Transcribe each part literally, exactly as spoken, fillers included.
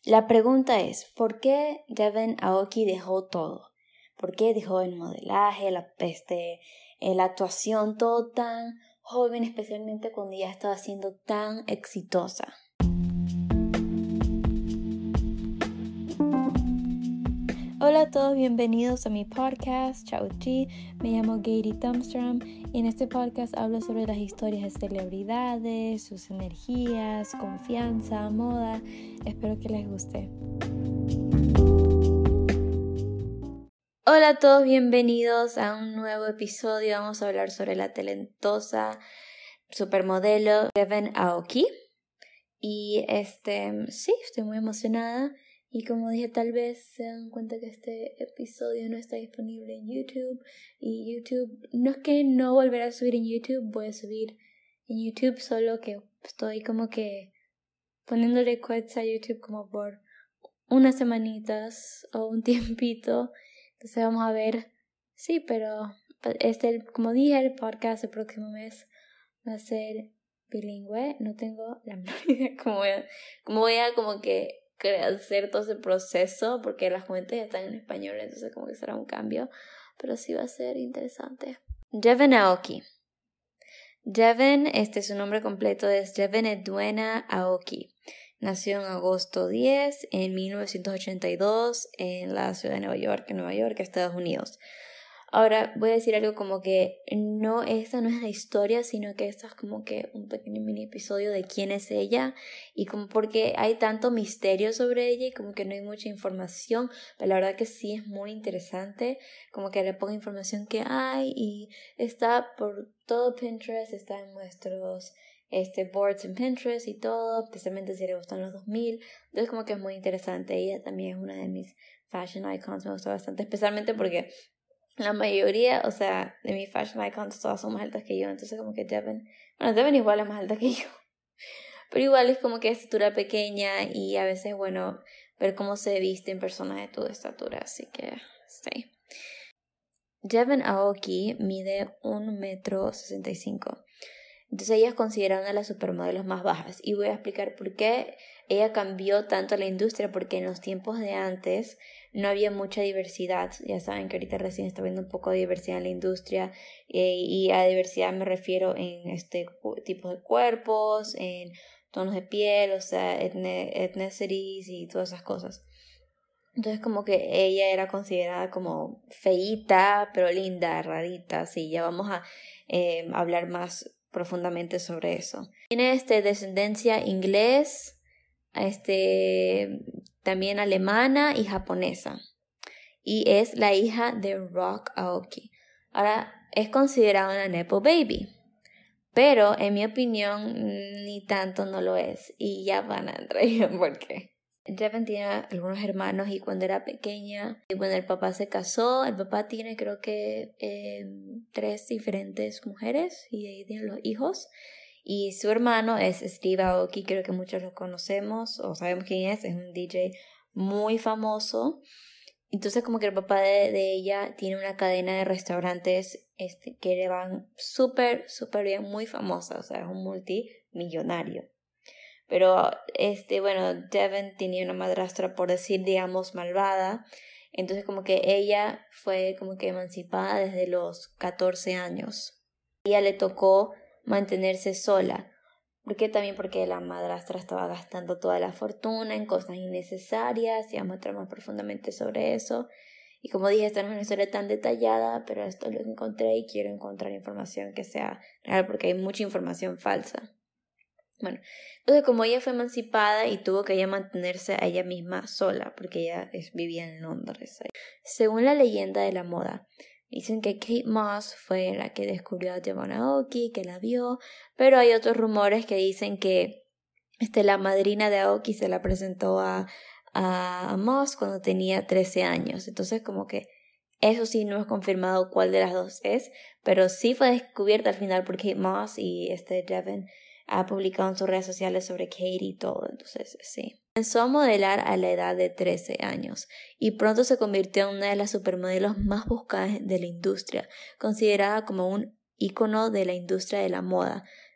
La pregunta es, ¿por qué Devin Aoki dejó todo? ¿Por qué dejó el modelaje, la, este, la actuación, todo tan joven, especialmente cuando ya estaba siendo tan exitosa? Hola a todos, bienvenidos a mi podcast, Chao Chi. Me llamo Gady Thumbstrom y en este podcast hablo sobre las historias de celebridades, sus energías, confianza, moda. Espero que les guste. Hola a todos, bienvenidos a un nuevo episodio. Vamos a hablar sobre la talentosa supermodelo Devin Aoki. Y este, sí, estoy muy emocionada. Y como dije, tal vez se dan cuenta que este episodio no está disponible en YouTube. Y YouTube, no es que no volverá a subir en YouTube, voy a subir en YouTube, solo que estoy como que poniéndole quotes a YouTube como por unas semanitas o un tiempito. Entonces vamos a ver, sí, pero este, como dije, el podcast el próximo mes va a ser bilingüe. No tengo la menor idea cómo voy a, cómo voy a como que hacer todo ese proceso, porque las cuentas ya están en español, entonces como que será un cambio, pero sí va a ser interesante. Devin Aoki. Devin, este su nombre completo es Devin Edwina Aoki. Nació en agosto diez en mil novecientos ochenta y dos en la ciudad de Nueva York, en Nueva York, Estados Unidos. Ahora voy a decir algo como que no, esta no es la historia, sino que esto es como que un pequeño mini episodio de quién es ella y como porque hay tanto misterio sobre ella y como que no hay mucha información, pero la verdad que sí es muy interesante, como que le pongo información que hay y está por todo Pinterest, está en nuestros este, boards en Pinterest y todo, especialmente si le gustan los dos mil, entonces como que es muy interesante. Ella también es una de mis fashion icons, me gusta bastante, especialmente porque la mayoría, o sea, de mis fashion icons todas son más altas que yo, entonces como que Devin, bueno, Devin igual es más alta que yo, pero igual es como que de estatura pequeña y a veces, bueno, ver cómo se visten personas de tu estatura, así que sí. Devin Aoki mide un metro sesenta y cinco. Entonces ella es considerada una de las supermodelos más bajas y voy a explicar por qué ella cambió tanto la industria, porque en los tiempos de antes no había mucha diversidad. Ya saben que ahorita recién está viendo un poco de diversidad en la industria eh, y a diversidad me refiero en este tipo de cuerpos, en tonos de piel, o sea, etne- ethnicities y todas esas cosas. Entonces como que ella era considerada como feíta, pero linda, rarita, así. Ya vamos a eh, hablar más profundamente sobre eso. Tiene este, descendencia inglés, este, también alemana y japonesa. Y es la hija de Rock Aoki. Ahora, es considerada una nepo baby, pero en mi opinión ni tanto no lo es. Y ya van a entrar por qué. Devin tiene algunos hermanos y cuando era pequeña, y bueno, el papá se casó, el papá tiene creo que eh, tres diferentes mujeres y de ahí tienen los hijos. Y su hermano es Steve Aoki, creo que muchos lo conocemos o sabemos quién es, es un D J muy famoso. Entonces como que el papá de, de ella tiene una cadena de restaurantes este, que le van súper, súper bien, muy famosa, o sea, es un multimillonario. Pero, este, bueno, Devin tenía una madrastra, por decir, digamos, malvada. Entonces, como que ella fue como que emancipada desde los catorce años. A ella le tocó mantenerse sola. ¿Por qué? También porque la madrastra estaba gastando toda la fortuna en cosas innecesarias. Y vamos a entrar más profundamente sobre eso. Y como dije, esta no es una historia tan detallada, pero esto es lo que encontré y quiero encontrar información que sea real porque hay mucha información falsa. Bueno, entonces como ella fue emancipada y tuvo que ella mantenerse a ella misma sola, porque ella es, vivía en Londres. Según la leyenda de la moda, dicen que Kate Moss fue la que descubrió a Devin Aoki, que la vio, pero hay otros rumores que dicen que este, la madrina de Aoki se la presentó a, a, a Moss cuando tenía trece años. Entonces como que eso sí no es confirmado cuál de las dos es, pero sí fue descubierta al final por Kate Moss y este Devin ha publicado en sus redes sociales sobre Kate y todo, entonces sí. Comenzó a modelar a la edad de trece años y pronto se convirtió en una de las supermodelos más buscadas de la industria, considerada como un ícono de la industria de la moda.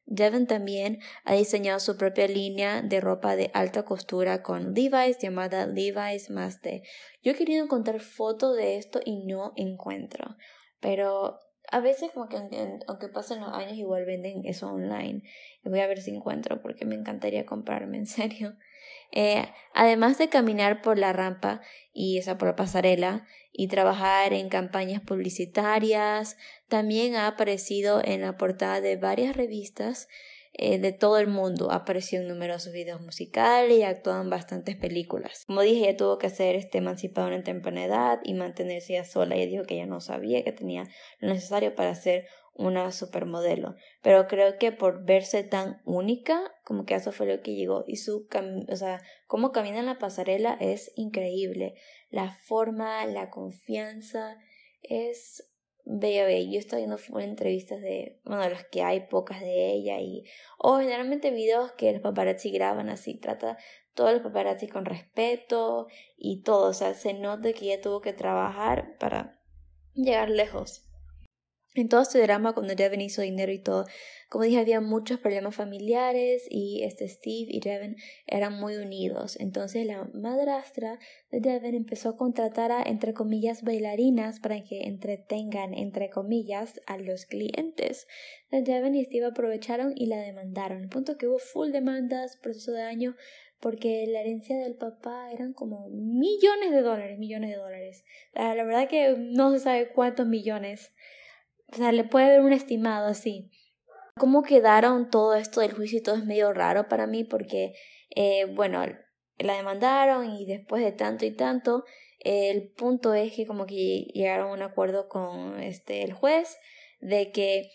Devin también ha diseñado su propia línea de ropa de alta costura con Levi's llamada Levi's Más de. Yo he querido encontrar fotos de esto y no encuentro, pero a veces como que aunque pasen los años igual venden eso online. Voy a ver si encuentro porque me encantaría comprarme, en serio. Eh, además de caminar por la rampa y esa por la pasarela y trabajar en campañas publicitarias, también ha aparecido en la portada de varias revistas eh, de todo el mundo. Apareció en numerosos videos musicales y ha actuado en bastantes películas. Como dije, ella tuvo que ser este, emancipada en temprana edad y mantenerse ya sola. Ella dijo que ella no sabía que tenía lo necesario para ser una supermodelo, pero creo que por verse tan única, como que eso fue lo que llegó. Y su cam- o sea, cómo camina en la pasarela es increíble. La forma, la confianza, es bella, bella. Yo estoy viendo entrevistas de, bueno, las que hay, pocas de ella, y o generalmente videos que los paparazzi graban así, trata todos los paparazzi con respeto y todo, o sea, se nota que ella tuvo que trabajar para llegar lejos. En todo este drama, cuando Devin hizo dinero y todo, como dije, había muchos problemas familiares y este Steve y Devin eran muy unidos. Entonces la madrastra de Devin empezó a contratar a, entre comillas, bailarinas para que entretengan, entre comillas, a los clientes. Devin y Steve aprovecharon y la demandaron. El punto que hubo full demandas, proceso de daño, porque la herencia del papá eran como millones de dólares, millones de dólares. La, la verdad que no se sabe cuántos millones. O sea, le puede haber un estimado así. ¿Cómo quedaron todo esto del juicio y todo es medio raro para mí? Porque, eh, bueno, la demandaron y después de tanto y tanto, eh, el punto es que como que llegaron a un acuerdo con este, el juez de que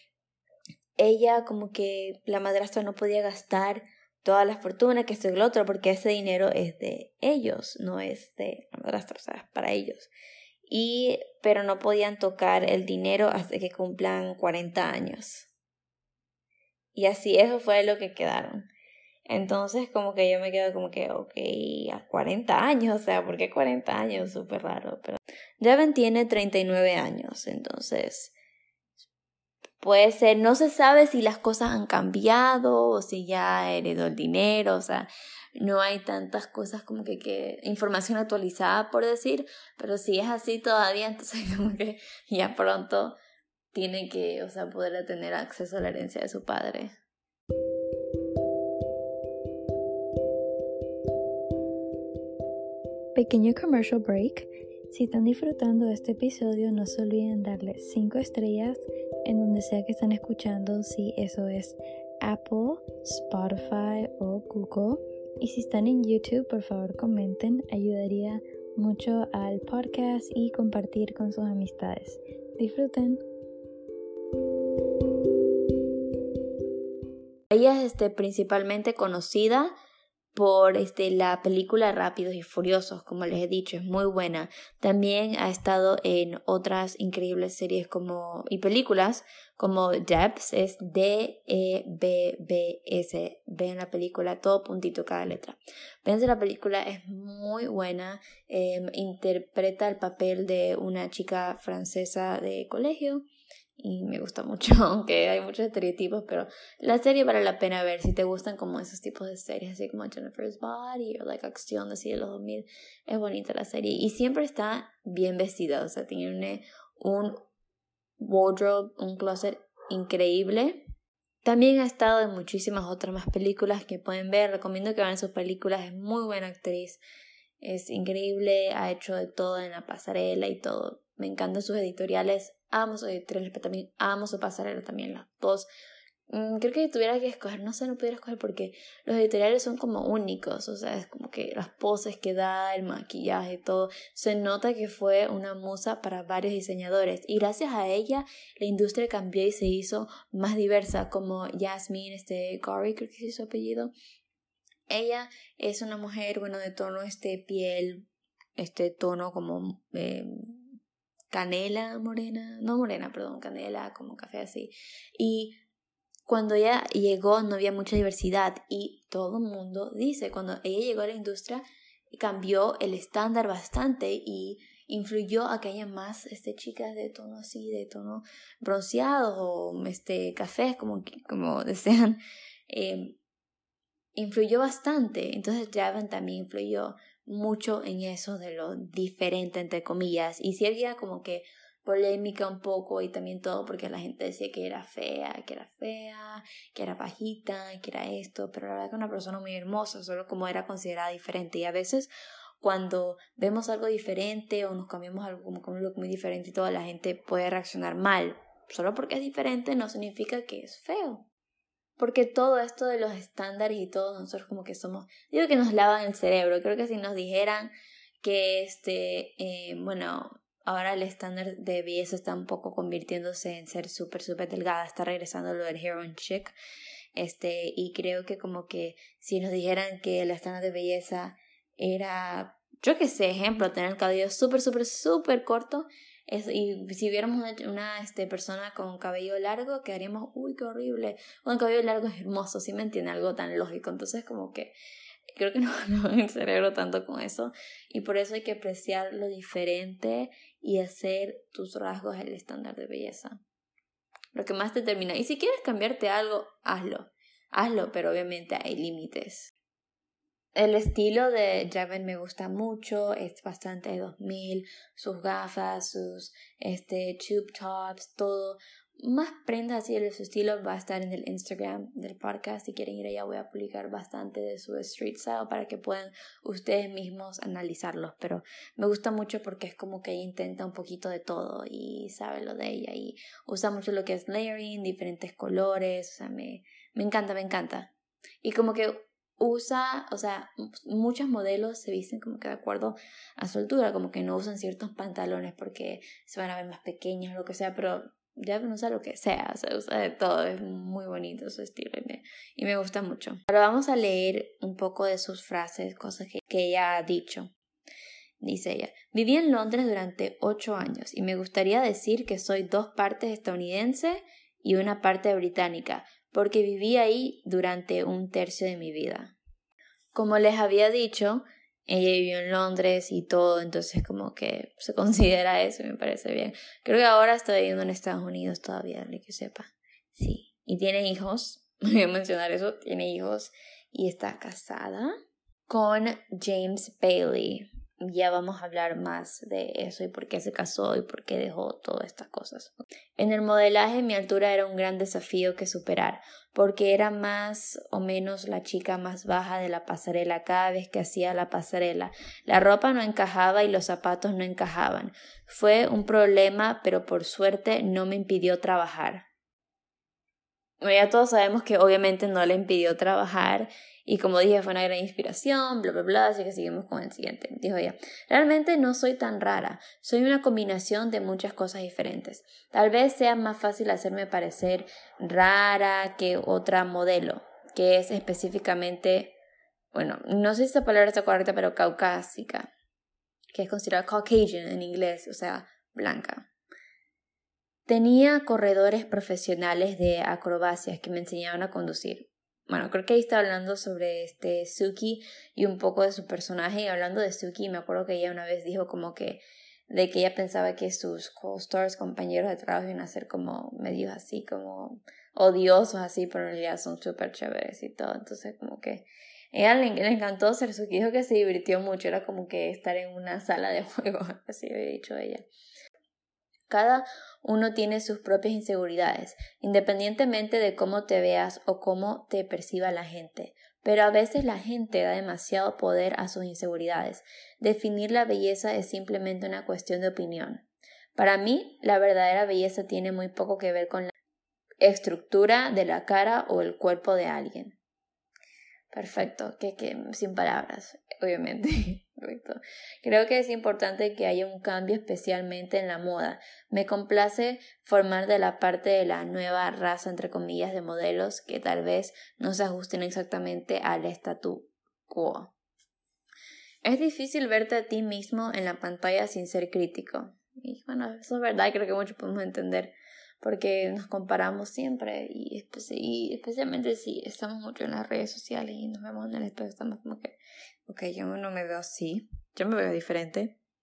ella como que la madrastra no podía gastar toda la fortuna, que esto y lo otro, porque ese dinero es de ellos, no es de la madrastra, o sea, es para ellos. Y, pero no podían tocar el dinero hasta que cumplan cuarenta años. Y así eso fue lo que quedaron. Entonces como que yo me quedo como que, ok, a cuarenta años, o sea, ¿por qué cuarenta años? Súper raro. Pero Devin tiene treinta y nueve años, entonces puede ser, no se sabe si las cosas han cambiado o si ya heredó el dinero, o sea, no hay tantas cosas como que, que información actualizada por decir, pero si es así todavía, entonces como que ya pronto tiene que, o sea, poder tener acceso a la herencia de su padre. Pequeño commercial break. Si están disfrutando de este episodio, no se olviden darle cinco estrellas en donde sea que están escuchando, si eso es Apple, Spotify o Google. Y si están en YouTube, por favor comenten, ayudaría mucho al podcast y compartir con sus amistades. Disfruten. Ella es este, principalmente conocida por este, la película Rápidos y Furiosos, como les he dicho, es muy buena. También ha estado en otras increíbles series como, y películas como Debs, es D E B B S. Vean la película, todo puntito cada letra. Vean, la película es muy buena, eh, interpreta el papel de una chica francesa de colegio. Y me gusta mucho, aunque hay muchos estereotipos, pero la serie vale la pena ver si te gustan como esos tipos de series, así como Jennifer's Body o like acción así de los dos mil. Es bonita la serie y siempre está bien vestida, o sea, tiene un wardrobe, un closet increíble. También ha estado en muchísimas otras más películas que pueden ver. Recomiendo que vean sus películas, es muy buena actriz, es increíble, ha hecho de todo en la pasarela y todo. Me encantan sus editoriales, amo sus editoriales, pero también amo su pasarela también, las dos. Mm, creo que si tuviera que escoger, no sé, no pudiera escoger porque los editoriales son como únicos, o sea, es como que las poses que da, el maquillaje, todo, se nota que fue una musa para varios diseñadores y gracias a ella la industria cambió y se hizo más diversa, como Jasmine este, Gary, creo que es su apellido. Ella es una mujer, bueno, de tono este piel, este tono como eh, canela morena, no morena, perdón, canela, como café así. Y cuando ella llegó no había mucha diversidad y todo el mundo dice, cuando ella llegó a la industria cambió el estándar bastante y influyó a que haya más este, chicas de tono así, de tono bronceados o este, cafés, como, como desean. Eh, influyó bastante. Entonces Javan también influyó mucho en eso de lo diferente, entre comillas. Y sí había como que polémica un poco y también todo porque la gente decía que era fea, que era fea, que era bajita, que era esto, pero la verdad que una persona muy hermosa, solo como era considerada diferente. Y a veces cuando vemos algo diferente o nos cambiamos algo como con un look muy diferente y toda la gente puede reaccionar mal. Solo porque es diferente no significa que es feo. Porque todo esto de los estándares y todo, nosotros como que somos, digo que nos lavan el cerebro. Creo que si nos dijeran que este, eh, bueno, ahora el estándar de belleza está un poco convirtiéndose en ser súper, súper delgada, está regresando lo del heroin chic, este, y creo que como que si nos dijeran que el estándar de belleza era, yo qué sé, ejemplo, tener el cabello súper, súper, súper corto, es, y si viéramos una, una este, persona con cabello largo, quedaríamos, uy, qué horrible. Con cabello largo es hermoso, ¿sí me entiende? Algo tan lógico. Entonces, como que creo que no va en el cerebro tanto con eso. Y por eso hay que apreciar lo diferente y hacer tus rasgos el estándar de belleza. Lo que más te termina. Y si quieres cambiarte algo, hazlo. Hazlo, pero obviamente hay límites. El estilo de Javan me gusta mucho, es bastante dos mil, sus gafas, sus este, tube tops, todo. Más prendas así de su estilo va a estar en el Instagram del podcast. Si quieren ir allá voy a publicar bastante de su street style para que puedan ustedes mismos analizarlos. Pero me gusta mucho porque es como que ella intenta un poquito de todo y sabe lo de ella. Y usa mucho lo que es layering, diferentes colores. O sea, me, me encanta, me encanta. Y como que usa, o sea, muchos modelos se visten como que de acuerdo a su altura, como que no usan ciertos pantalones porque se van a ver más pequeños o lo que sea, pero ya no usa lo que sea, o sea, usa de todo, es muy bonito su estilo y me, y me gusta mucho. Ahora vamos a leer un poco de sus frases, cosas que, que ella ha dicho. Dice ella, viví en Londres durante ocho años y me gustaría decir que soy dos partes estadounidense y una parte británica, porque viví ahí durante un tercio de mi vida. Como les había dicho, ella vivió en Londres y todo, entonces como que se considera eso y me parece bien. Creo que ahora está viviendo en Estados Unidos todavía, de que sepa. Sí, y tiene hijos, voy a mencionar eso, tiene hijos y está casada con James Bailey. Ya vamos a hablar más de eso y por qué se casó y por qué dejó todas estas cosas. En el modelaje mi altura era un gran desafío que superar, porque era más o menos la chica más baja de la pasarela cada vez que hacía la pasarela. La ropa no encajaba y los zapatos no encajaban. Fue un problema, pero por suerte no me impidió trabajar. Ya todos sabemos que obviamente no le impidió trabajar y como dije fue una gran inspiración, bla bla bla, así que seguimos con el siguiente. Dijo ella, realmente no soy tan rara, soy una combinación de muchas cosas diferentes. Tal vez sea más fácil hacerme parecer rara que otra modelo, que es específicamente, bueno, no sé si esta palabra está correcta, pero caucásica, que es considerada Caucasian en inglés, o sea, blanca. Tenía corredores profesionales de acrobacias que me enseñaban a conducir. Bueno, creo que ahí está hablando sobre este Suki y un poco de su personaje. Y hablando de Suki, me acuerdo que ella una vez dijo como que de que ella pensaba que sus co-stars, compañeros de trabajo, iban a ser como medios así, como odiosos así, pero en realidad son súper chéveres y todo. Entonces como que ella le, le encantó ser Suki, dijo que se divirtió mucho, era como que estar en una sala de juego, así había dicho ella. Cada uno tiene sus propias inseguridades, independientemente de cómo te veas o cómo te perciba la gente. Pero a veces la gente da demasiado poder a sus inseguridades. Definir la belleza es simplemente una cuestión de opinión. Para mí, la verdadera belleza tiene muy poco que ver con la estructura de la cara o el cuerpo de alguien. Perfecto, que, que sin palabras, obviamente. Perfecto. Creo que es importante que haya un cambio especialmente en la moda. Me complace formar de la parte de la nueva raza, entre comillas, de modelos que tal vez no se ajusten exactamente al statu quo. Es difícil verte a ti mismo en la pantalla sin ser crítico. Y bueno, eso es verdad, creo que muchos podemos entender. Porque nos comparamos siempre y, espe- y especialmente si estamos mucho en las redes sociales y nos vemos en el espejo, estamos como que, ok, yo no me veo así, yo me veo diferente.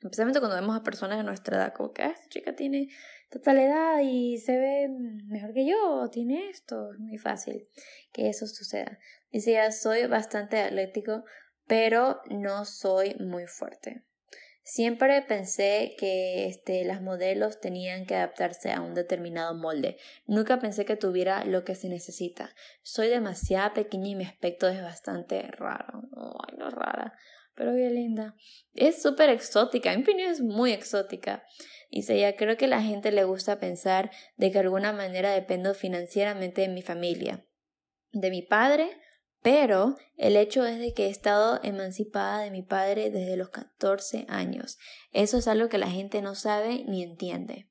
Especialmente cuando vemos a personas de nuestra edad, como que ah, esta chica tiene total edad y se ve mejor que yo, tiene esto, es muy fácil que eso suceda. Dice ella, soy bastante atlético, pero no soy muy fuerte. Siempre pensé que este, las modelos tenían que adaptarse a un determinado molde. Nunca pensé que tuviera lo que se necesita. Soy demasiado pequeña y mi aspecto es bastante raro. Ay, no rara, pero bien linda. Es súper exótica, en mi opinión es muy exótica. Dice ella, creo que a la gente le gusta pensar de que de alguna manera dependo financieramente de mi familia, de mi padre, pero el hecho es de que he estado emancipada de mi padre desde los catorce años. Eso es algo que la gente no sabe ni entiende.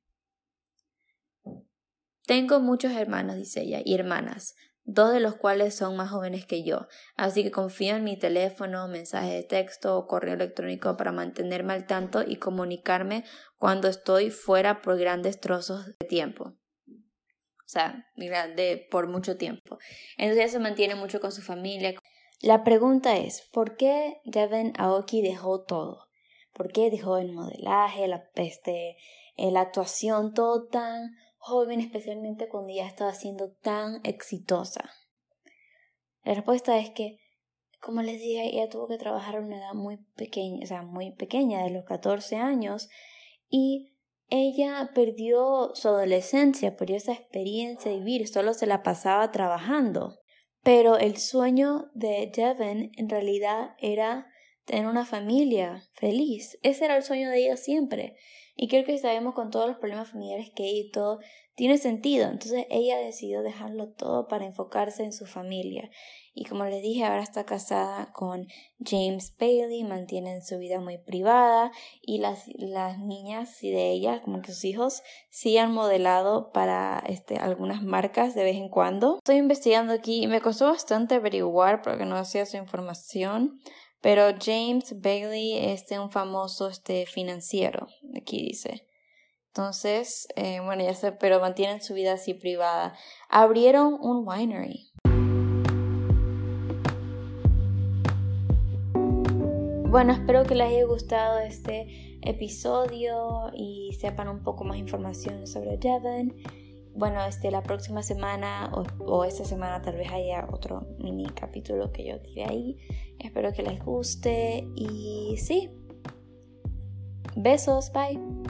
Tengo muchos hermanos, dice ella, y hermanas, dos de los cuales son más jóvenes que yo, así que confío en mi teléfono, mensaje de texto o correo electrónico para mantenerme al tanto y comunicarme cuando estoy fuera por grandes trozos de tiempo. O sea, de, por mucho tiempo. Entonces ella se mantiene mucho con su familia. La pregunta es, ¿por qué Devin Aoki dejó todo? ¿Por qué dejó el modelaje, la, este, la actuación, todo tan joven, especialmente cuando ya estaba siendo tan exitosa? La respuesta es que, como les dije, ella tuvo que trabajar a una edad muy pequeña, o sea, muy pequeña, de los catorce años, y ella perdió su adolescencia, perdió esa experiencia de vivir, solo se la pasaba trabajando. Pero el sueño de Devin en realidad era tener una familia feliz. Ese era el sueño de ella siempre. Y creo que sabemos con todos los problemas familiares que hay y todo, tiene sentido. Entonces ella decidió dejarlo todo para enfocarse en su familia. Y como les dije, ahora está casada con James Bailey, mantienen su vida muy privada y las, las niñas y de ella, como que sus hijos, sí han modelado para este, algunas marcas de vez en cuando. Estoy investigando aquí y me costó bastante averiguar porque no hacía su información, pero James Bailey es un famoso este, financiero, aquí dice. Entonces, eh, bueno, ya sé, pero mantienen su vida así privada. Abrieron un winery. Bueno, espero que les haya gustado este episodio y sepan un poco más información sobre Devin. Bueno, este, la próxima semana o, o esta semana tal vez haya otro mini capítulo que yo tiré ahí. Espero que les guste y sí. Besos, bye.